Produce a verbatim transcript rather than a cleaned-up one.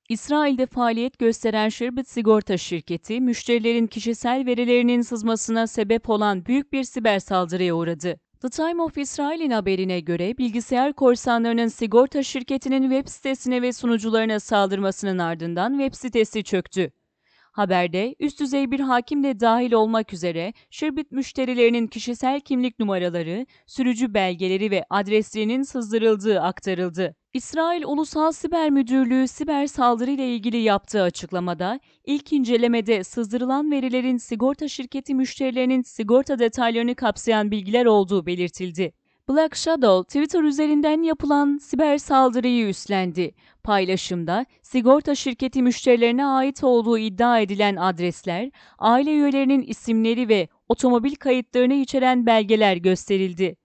İsrail'de faaliyet gösteren Sherbet Sigorta Şirketi, müşterilerin kişisel verilerinin sızmasına sebep olan büyük bir siber saldırıya uğradı. The Time of Israel'in haberine göre bilgisayar korsanlarının sigorta şirketinin web sitesine ve sunucularına saldırmasının ardından web sitesi çöktü. Haberde, üst düzey bir hakim de dahil olmak üzere Sherbet müşterilerinin kişisel kimlik numaraları, sürücü belgeleri ve adreslerinin sızdırıldığı aktarıldı. İsrail Ulusal Siber Müdürlüğü siber saldırı ile ilgili yaptığı açıklamada, ilk incelemede sızdırılan verilerin sigorta şirketi müşterilerinin sigorta detaylarını kapsayan bilgiler olduğu belirtildi. Black Shadow, Twitter üzerinden yapılan siber saldırıyı üstlendi. Paylaşımda, sigorta şirketi müşterilerine ait olduğu iddia edilen adresler, aile üyelerinin isimleri ve otomobil kayıtlarını içeren belgeler gösterildi.